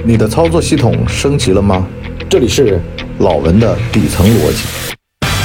你的操作系统升级了吗？这里是老文的底层逻辑。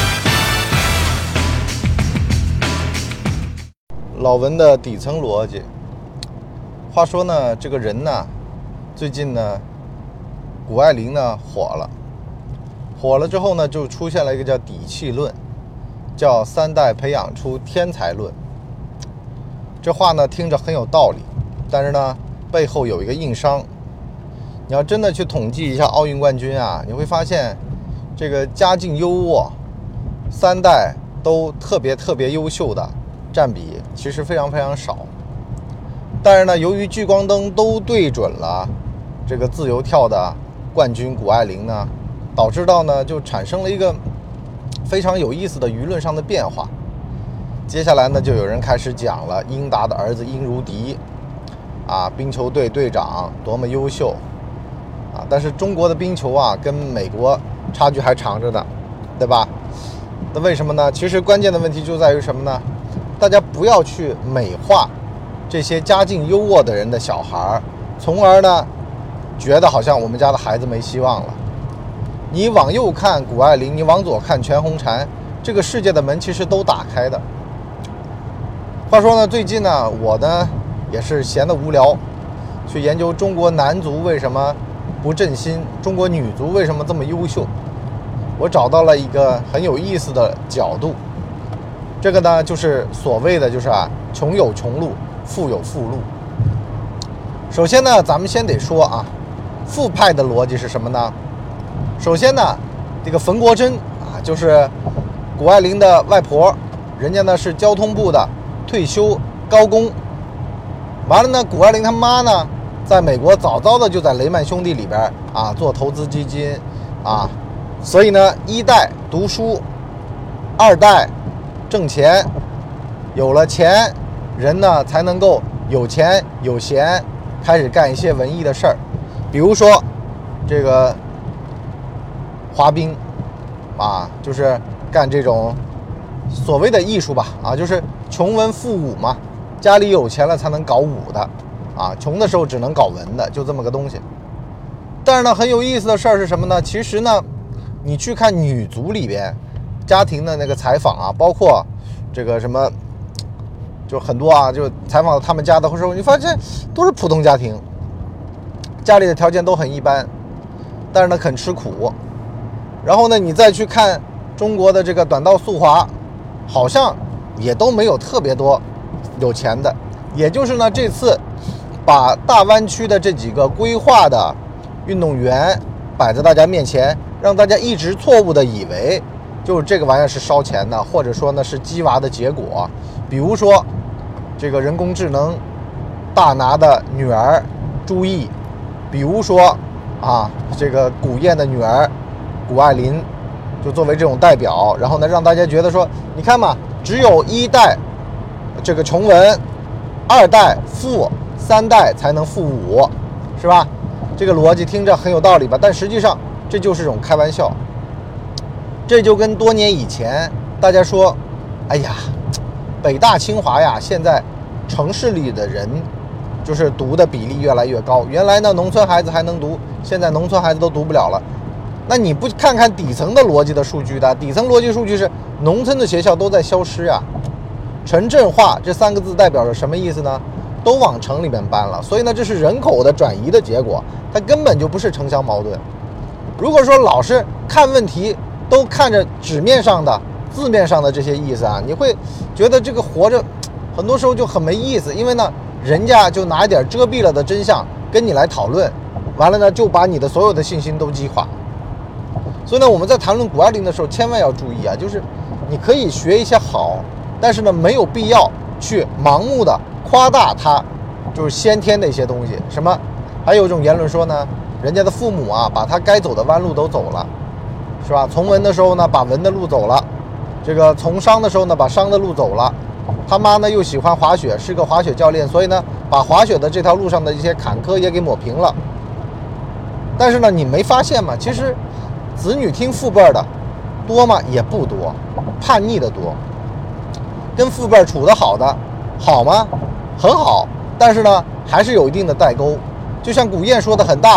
老文的底层逻辑。话说呢，这个人呢，最近呢，谷爱凌呢火了之后呢，就出现了一个叫底气论，叫三代培养出天才论。这话呢听着很有道理，但是呢背后有一个硬伤。你要真的去统计一下奥运冠军啊，你会发现这个家境优渥三代都特别优秀的占比其实非常少。但是呢，由于聚光灯都对准了这个自由跳的冠军谷爱凌呢，导致到呢就产生了一个非常有意思的舆论上的变化。接下来呢，就有人开始讲了英达的儿子英如迪啊，冰球队队长多么优秀啊！但是中国的冰球啊，跟美国差距还长着呢，对吧？那为什么呢？其实关键的问题就在于什么呢？大家不要去美化这些家境优渥的人的小孩，从而呢觉得好像我们家的孩子没希望了。你往右看谷爱凌，你往左看全红婵，这个世界的门其实都打开的。话说呢，最近呢，我呢也是闲得无聊，去研究中国男足为什么不振兴，中国女足为什么这么优秀。我找到了一个很有意思的角度，这个呢就是所谓的就是穷有穷路，富有富路。首先呢，咱们先得说啊，富派的逻辑是什么呢？首先呢，这个冯国珍啊，就是谷爱凌的外婆，人家呢是交通部的退休高工。完了呢，谷爱凌他妈呢，在美国早的就在雷曼兄弟里边啊做投资基金啊，所以呢，一代读书，二代挣钱，有了钱，人呢才能够有钱有闲，开始干一些文艺的事儿，比如说这个滑冰啊，就是干这种所谓的艺术吧啊，就是穷文富武嘛，家里有钱了才能搞武的啊，穷的时候只能搞文的，就这么个东西。但是呢，很有意思的事儿是什么呢？其实呢，你去看女足里边家庭的那个采访啊，包括这个什么，就很多啊，就采访他们家的时候，你发现都是普通家庭，家里的条件都很一般，但是呢肯吃苦。然后呢，你再去看中国的这个短道速滑，好像也都没有特别多有钱的。也就是呢，这次把大湾区的这几个规划的运动员摆在大家面前，让大家一直错误的以为就是这个玩意儿是烧钱的，或者说呢是鸡娃的结果。比如说这个人工智能大拿的女儿朱毅，比如说啊这个古燕的女儿谷爱凌，就作为这种代表，然后呢让大家觉得说，你看嘛，只有一代这个穷文，二代富，三代才能富武，是吧？这个逻辑听着很有道理吧？但实际上这就是一种开玩笑。这就跟多年以前大家说，哎呀，北大清华呀，现在城市里的人就是读的比例越来越高，原来呢农村孩子还能读，现在农村孩子都读不了了。那你不看看底层的逻辑的数据的？底层逻辑数据是农村的学校都在消失啊。城镇化这三个字代表着什么意思呢？都往城里面搬了，所以呢，这是人口的转移的结果，它根本就不是城乡矛盾。如果说老是看问题都看着纸面上的、字面上的这些意思啊，你会觉得这个活着很多时候就很没意思，因为呢，人家就拿一点遮蔽了的真相跟你来讨论，完了呢，就把你的所有的信心都击垮。所以呢，我们在谈论谷爱凌的时候，千万要注意啊，就是你可以学一些好，但是呢，没有必要去盲目的夸大它就是先天的一些东西。什么？还有一种言论说呢，人家的父母啊，把他该走的弯路都走了，是吧？从文的时候呢，把文的路走了；这个从商的时候呢，把商的路走了。他妈呢又喜欢滑雪，是个滑雪教练，所以呢，把滑雪的这条路上的一些坎坷也给抹平了。但是呢，你没发现吗？其实子女听父辈的多吗？也不多，叛逆的多。跟父辈处得好的好吗？很好，但是呢还是有一定的代沟。就像古燕说的很大度，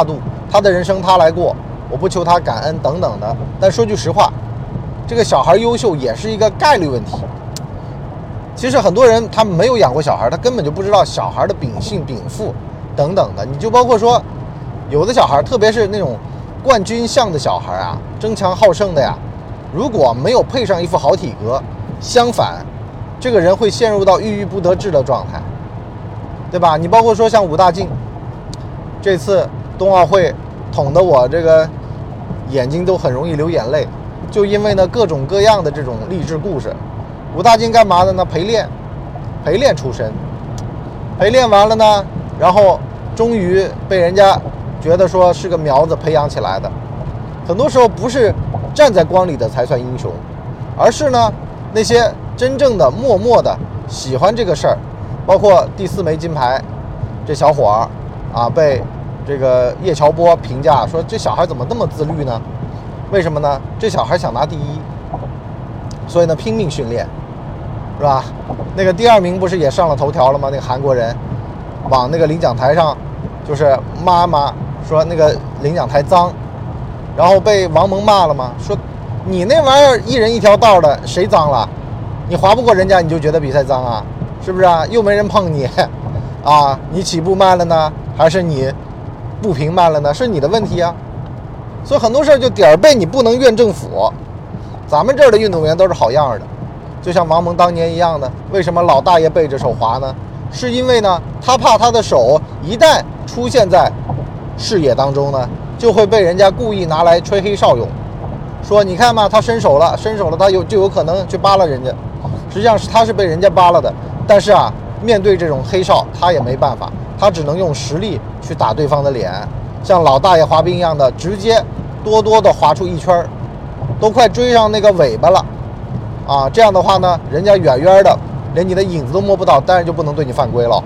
他的人生他来过，我不求他感恩等等的。但说句实话，这个小孩优秀也是一个概率问题。其实很多人他没有养过小孩，他根本就不知道小孩的秉性禀赋等等的。你就包括说有的小孩，特别是那种冠军相的小孩啊，争强好胜的呀，如果没有配上一副好体格，相反这个人会陷入到郁郁不得志的状态，对吧？你包括说像武大靖，这次冬奥会捅得我这个眼睛都很容易流眼泪，就因为呢各种各样的这种励志故事。武大靖干嘛的呢？陪练出身，陪练完了呢，然后终于被人家觉得说是个苗子培养起来的。很多时候不是站在光里的才算英雄，而是呢那些真正的默默的喜欢这个事儿。包括第4枚金牌，这小伙儿啊被这个叶乔波评价说这小孩怎么那么自律呢？为什么呢？这小孩想拿第一，所以呢拼命训练，是吧？那个第2名不是也上了头条了吗？那个韩国人往那个领奖台上就是骂说那个领奖台脏，然后被王蒙骂了吗？说你那玩意儿一人一条道的，谁脏了？你划不过人家你就觉得比赛脏啊？是不是啊？又没人碰你啊，你起步慢了呢，还是你步频慢了呢？是你的问题啊。所以很多事儿就点儿背，你不能怨政府。咱们这儿的运动员都是好样的，就像王蒙当年一样的。为什么老大爷背着手滑呢？是因为呢他怕他的手一旦出现在视野当中呢，就会被人家故意拿来吹黑哨用，说你看嘛，他伸手了，他就有可能去扒拉人家。实际上是他是被人家扒拉的，但是啊，面对这种黑哨，他也没办法，他只能用实力去打对方的脸，像老大爷滑冰一样的，直接多的滑出一圈，都快追上那个尾巴了啊！这样的话呢，人家远远的，连你的影子都摸不到，当然就不能对你犯规了。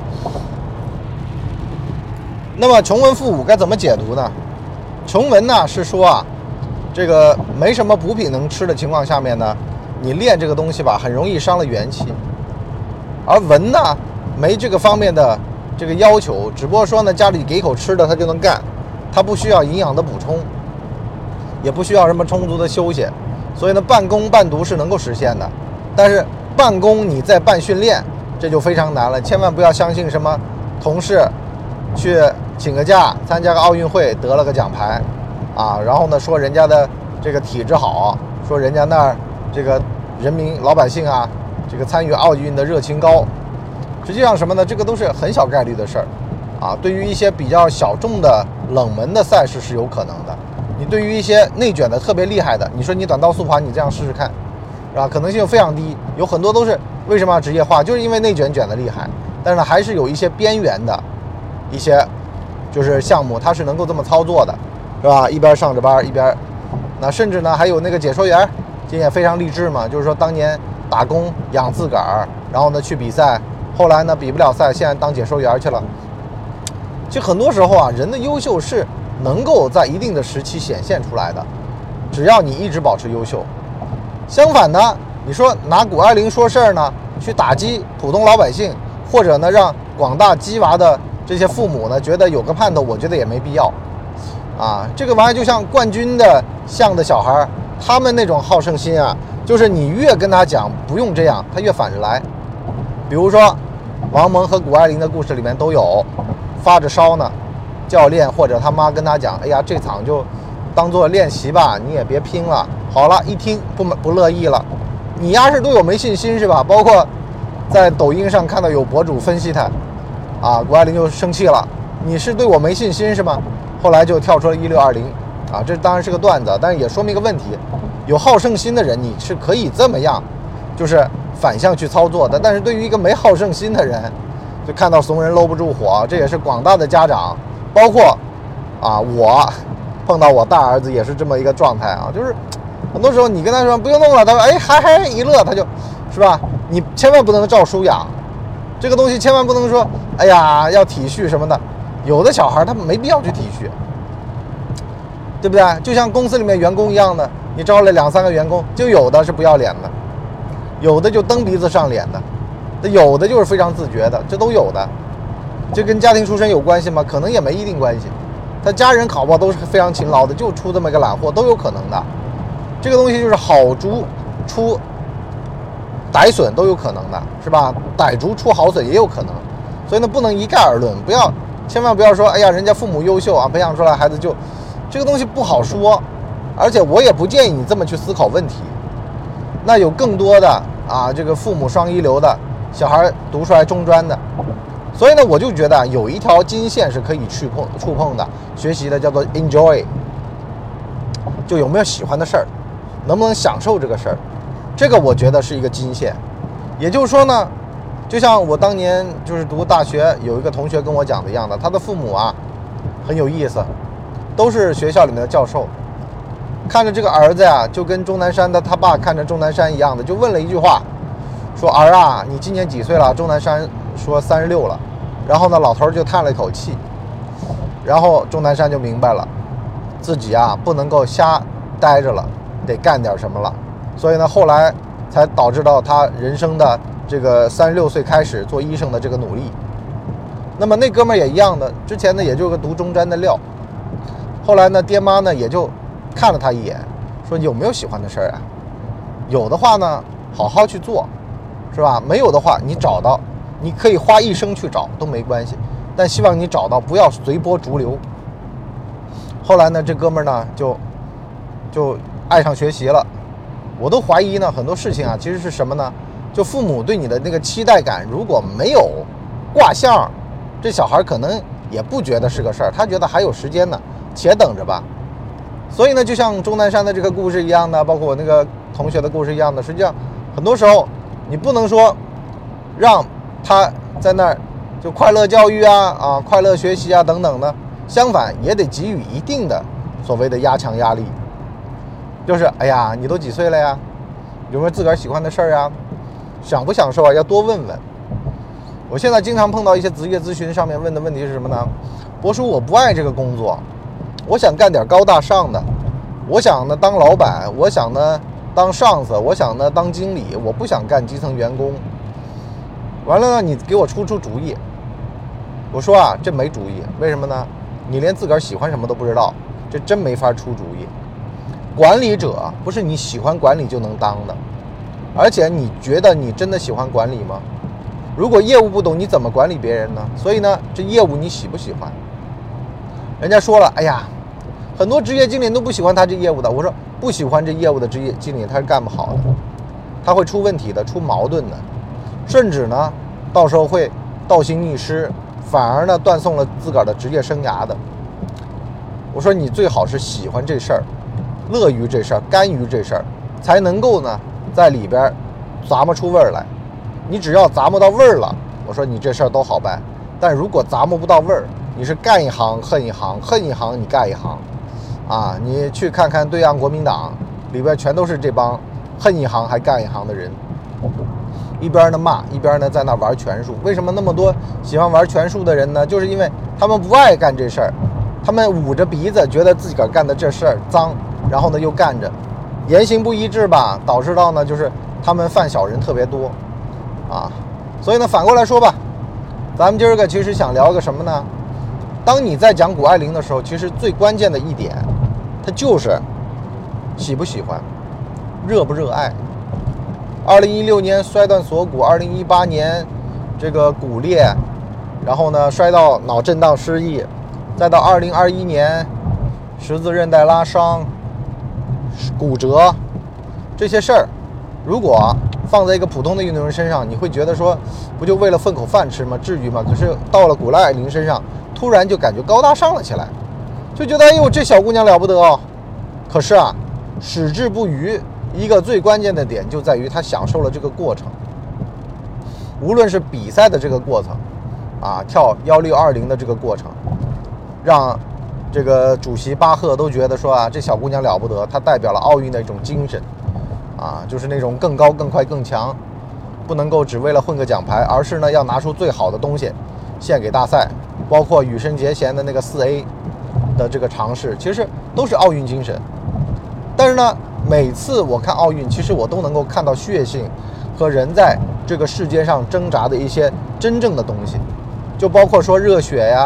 那么穷文赋武该怎么解读呢？穷文呢是说啊，这个没什么补品能吃的情况下面呢，你练这个东西吧，很容易伤了元气。而文呢，没这个方面的这个要求，只不过说呢，家里给口吃的他就能干，他不需要营养的补充，也不需要什么充足的休息，所以呢，半工半读是能够实现的。但是半工你再半训练，这就非常难了。千万不要相信什么同事去请个假参加个奥运会得了个奖牌啊，然后呢说人家的这个体质好，说人家那儿这个人民老百姓啊，这个参与奥运的热情高。实际上什么呢？这个都是很小概率的事儿啊。对于一些比较小众的冷门的赛事是有可能的。你对于一些内卷的特别厉害的，你说你短道速滑，你这样试试看，是吧？可能性非常低。有很多都是为什么要职业化，就是因为内卷卷的厉害。但是呢，还是有一些边缘的一些就是项目，它是能够这么操作的，是吧？一边上着班一边，那甚至呢还有那个解说员，这也非常励志嘛，就是说当年打工养自个儿，然后呢去比赛，后来呢比不了赛，现在当解说员去了。其实很多时候啊，人的优秀是能够在一定的时期显现出来的，只要你一直保持优秀。相反呢，你说拿谷爱凌说事儿呢，去打击普通老百姓，或者呢让广大鸡娃的这些父母呢觉得有个盼头，我觉得也没必要啊。这个玩意儿就像冠军的像的小孩，他们那种好胜心啊，就是你越跟他讲不用这样，他越反着来。比如说王蒙和谷爱凌的故事里面都有，发着烧呢，教练或者他妈跟他讲，哎呀，这场就当做练习吧，你也别拼了。好了，一听不乐意了，你丫是对我没信心是吧？包括在抖音上看到有博主分析他啊，谷爱凌就生气了，你是对我没信心是吗？后来就跳出了1620啊，这当然是个段子，但是也说明一个问题，有好胜心的人你是可以这么样，就是反向去操作的。但是对于一个没好胜心的人，就看到怂人搂不住火，这也是广大的家长，包括啊我碰到我大儿子也是这么一个状态啊，就是很多时候你跟他说不用弄了，他说哎嗨一乐，他就是吧，你千万不能照书养这个东西，千万不能说哎呀要体恤什么的，有的小孩他没必要去体恤，对不对？就像公司里面员工一样的，你招了2-3个员工，就有的是不要脸的，有的就蹬鼻子上脸的，有的就是非常自觉的，这都有的。这跟家庭出身有关系吗？可能也没一定关系。 他家人考不好都是非常勤劳的，就出这么一个懒货都有可能的。这个东西就是好竹出歹笋都有可能的，是吧？歹竹出好笋也有可能，所以呢不能一概而论，千万不要说，哎呀，人家父母优秀啊，培养出来孩子就这个东西不好说，而且我也不建议你这么去思考问题。那有更多的这个父母双一流的小孩读出来中专的，所以呢我就觉得有一条金线是可以触碰的，学习的叫做 enjoy， 就有没有喜欢的事儿，能不能享受这个事儿，这个我觉得是一个金线。也就是说呢，就像我当年就是读大学，有一个同学跟我讲的一样的，他的父母很有意思，都是学校里面的教授，看着这个儿子就跟钟南山的他爸看着钟南山一样的，就问了一句话，说儿啊，你今年几岁了？钟南山说36了。然后呢，老头就叹了一口气，然后钟南山就明白了，自己不能够瞎待着了，得干点什么了。所以呢，后来才导致到他人生的这个36岁开始做医生的这个努力。那么那哥们儿也一样的，之前呢也就个读中专的料，后来呢爹妈呢也就看了他一眼，说有没有喜欢的事儿有的话呢好好去做，是吧？没有的话你找到，你可以花一生去找都没关系，但希望你找到，不要随波逐流。后来呢这哥们儿呢就爱上学习了。我都怀疑呢很多事情其实是什么呢？就父母对你的那个期待感如果没有挂相，这小孩可能也不觉得是个事儿，他觉得还有时间呢，且等着吧。所以呢就像钟南山的这个故事一样的，包括我那个同学的故事一样的，实际上很多时候你不能说让他在那儿就快乐教育快乐学习等等的，相反也得给予一定的所谓的压强压力，就是哎呀你都几岁了呀，有没有自个儿喜欢的事儿享不享受要多问问。我现在经常碰到一些职业咨询上面问的问题是什么呢？博叔，我不爱这个工作，我想干点高大上的，我想呢当老板，我想呢当上司，我想呢当经理，我不想干基层员工。完了呢你给我出主意。我说这没主意。为什么呢？你连自个儿喜欢什么都不知道，这真没法出主意。管理者不是你喜欢管理就能当的，而且你觉得你真的喜欢管理吗？如果业务不懂，你怎么管理别人呢？所以呢这业务你喜不喜欢？人家说了，哎呀很多职业经理都不喜欢他这业务的。我说不喜欢这业务的职业经理他是干不好的，他会出问题的，出矛盾的，甚至呢到时候会倒行逆施，反而呢断送了自个儿的职业生涯的。我说你最好是喜欢这事儿，乐于这事儿，甘于这事儿，才能够呢在里边咂摸出味儿来。你只要咂摸到味儿了，我说你这事儿都好办。但如果咂摸不到味儿，你是干一行恨一行，恨一行你干一行你去看看对岸国民党里边全都是这帮恨一行还干一行的人，一边呢骂，一边呢在那玩权术。为什么那么多喜欢玩权术的人呢？就是因为他们不爱干这事儿，他们捂着鼻子觉得自己干的这事儿脏，然后呢又干着，言行不一致吧，导致到呢就是他们犯小人特别多所以呢反过来说吧，咱们今儿个其实想聊个什么呢？当你在讲谷爱凌的时候，其实最关键的一点，它就是喜不喜欢，热不热爱。2016年摔断锁骨，2018年这个骨裂，然后呢摔到脑震荡失忆，再到2021年十字韧带拉伤、骨折，这些事儿如果放在一个普通的运动员身上，你会觉得说不就为了混口饭吃吗？至于吗？可是到了谷爱凌身上，突然就感觉高大上了起来，就觉得哎呦这小姑娘了不得可是矢志不渝，一个最关键的点就在于她享受了这个过程。无论是比赛的这个过程跳1620的这个过程，让这个主席巴赫都觉得说这小姑娘了不得，她代表了奥运的一种精神就是那种更高更快更强，不能够只为了混个奖牌，而是呢要拿出最好的东西献给大赛。包括羽生结弦的那个4A 的这个尝试，其实都是奥运精神。但是呢每次我看奥运，其实我都能够看到血性和人在这个世界上挣扎的一些真正的东西，就包括说热血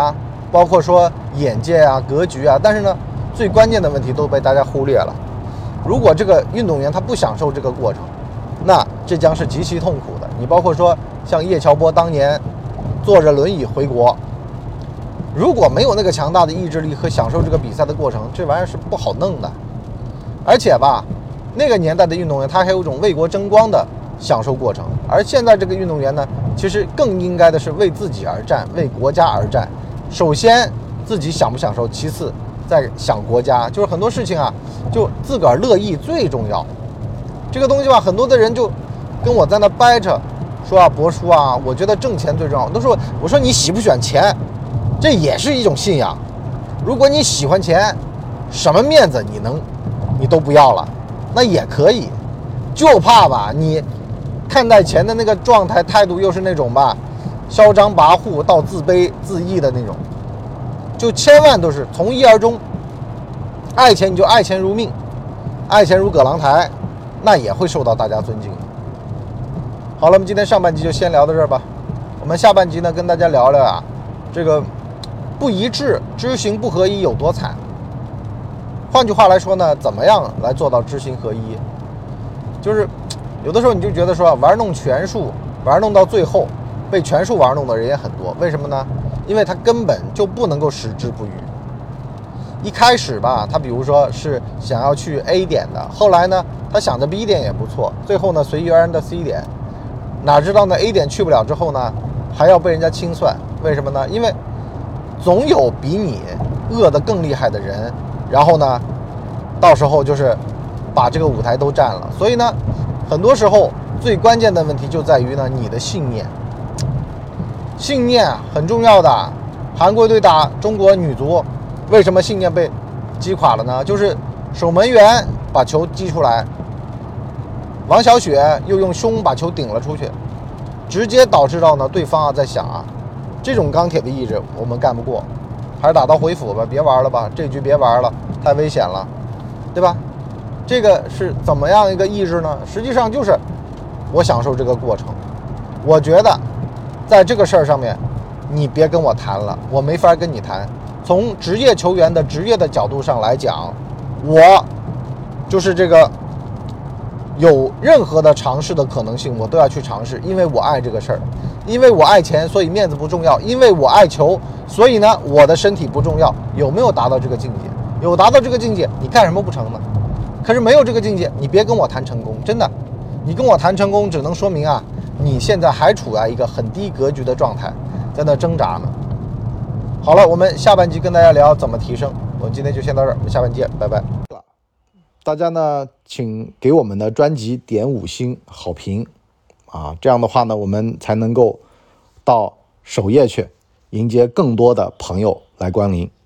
包括说眼界啊、格局啊，但是呢，最关键的问题都被大家忽略了。如果这个运动员他不享受这个过程，那这将是极其痛苦的。你包括说像叶乔波当年坐着轮椅回国，如果没有那个强大的意志力和享受这个比赛的过程，这玩意儿是不好弄的。而且吧，那个年代的运动员他还有一种为国争光的享受过程，而现在这个运动员呢，其实更应该的是为自己而战，为国家而战。首先自己享不享受，其次再想国家。就是很多事情啊，就自个儿乐意最重要。这个东西吧，很多的人就跟我在那掰扯说啊，博叔啊，我觉得挣钱最重要。我说你喜不喜欢钱，这也是一种信仰。如果你喜欢钱，什么面子你都不要了，那也可以。就怕吧，你看待钱的那个状态态度又是那种吧，嚣张跋扈到自卑自义的那种，就千万都是从一而终。爱钱你就爱钱如命，爱钱如葛朗台，那也会受到大家尊敬的。好了，我们今天上半集就先聊到这儿吧。我们下半集呢，跟大家聊聊啊，这个不一致、知行不合一有多惨。换句话来说呢，怎么样来做到知行合一？就是有的时候你就觉得说玩弄权术，玩弄到最后被权术玩弄的人也很多。为什么呢？因为他根本就不能够矢志不渝。一开始吧，他比如说是想要去 A 点的，后来呢，他想着 B 点也不错，最后呢随遇而安的 C 点，哪知道呢 A 点去不了之后呢，还要被人家清算。为什么呢？因为总有比你饿得更厉害的人，然后呢，到时候就是把这个舞台都占了。所以呢，很多时候最关键的问题就在于呢，你的信念。信念很重要的。韩国队打中国女足，为什么信念被击垮了呢？就是守门员把球击出来，王小雪又用胸把球顶了出去，直接导致到呢对方啊在想啊，这种钢铁的意志我们干不过，还是打道回府吧，别玩了吧，这局别玩了，太危险了，对吧？这个是怎么样一个意志呢？实际上就是我享受这个过程。我觉得在这个事儿上面，你别跟我谈了，我没法跟你谈。从职业球员的职业的角度上来讲，我就是这个有任何的尝试的可能性，我都要去尝试，因为我爱这个事儿，因为我爱钱，所以面子不重要；因为我爱球，所以呢，我的身体不重要。有没有达到这个境界？有达到这个境界，你干什么不成呢？可是没有这个境界，你别跟我谈成功，真的，你跟我谈成功，只能说明啊，你现在还处在一个很低格局的状态，在那挣扎呢。好了，我们下半集跟大家聊怎么提升。我们今天就先到这儿，我们下半集见，拜拜。大家呢，请给我们的专辑点5星好评啊，这样的话呢，我们才能够到首页去迎接更多的朋友来光临。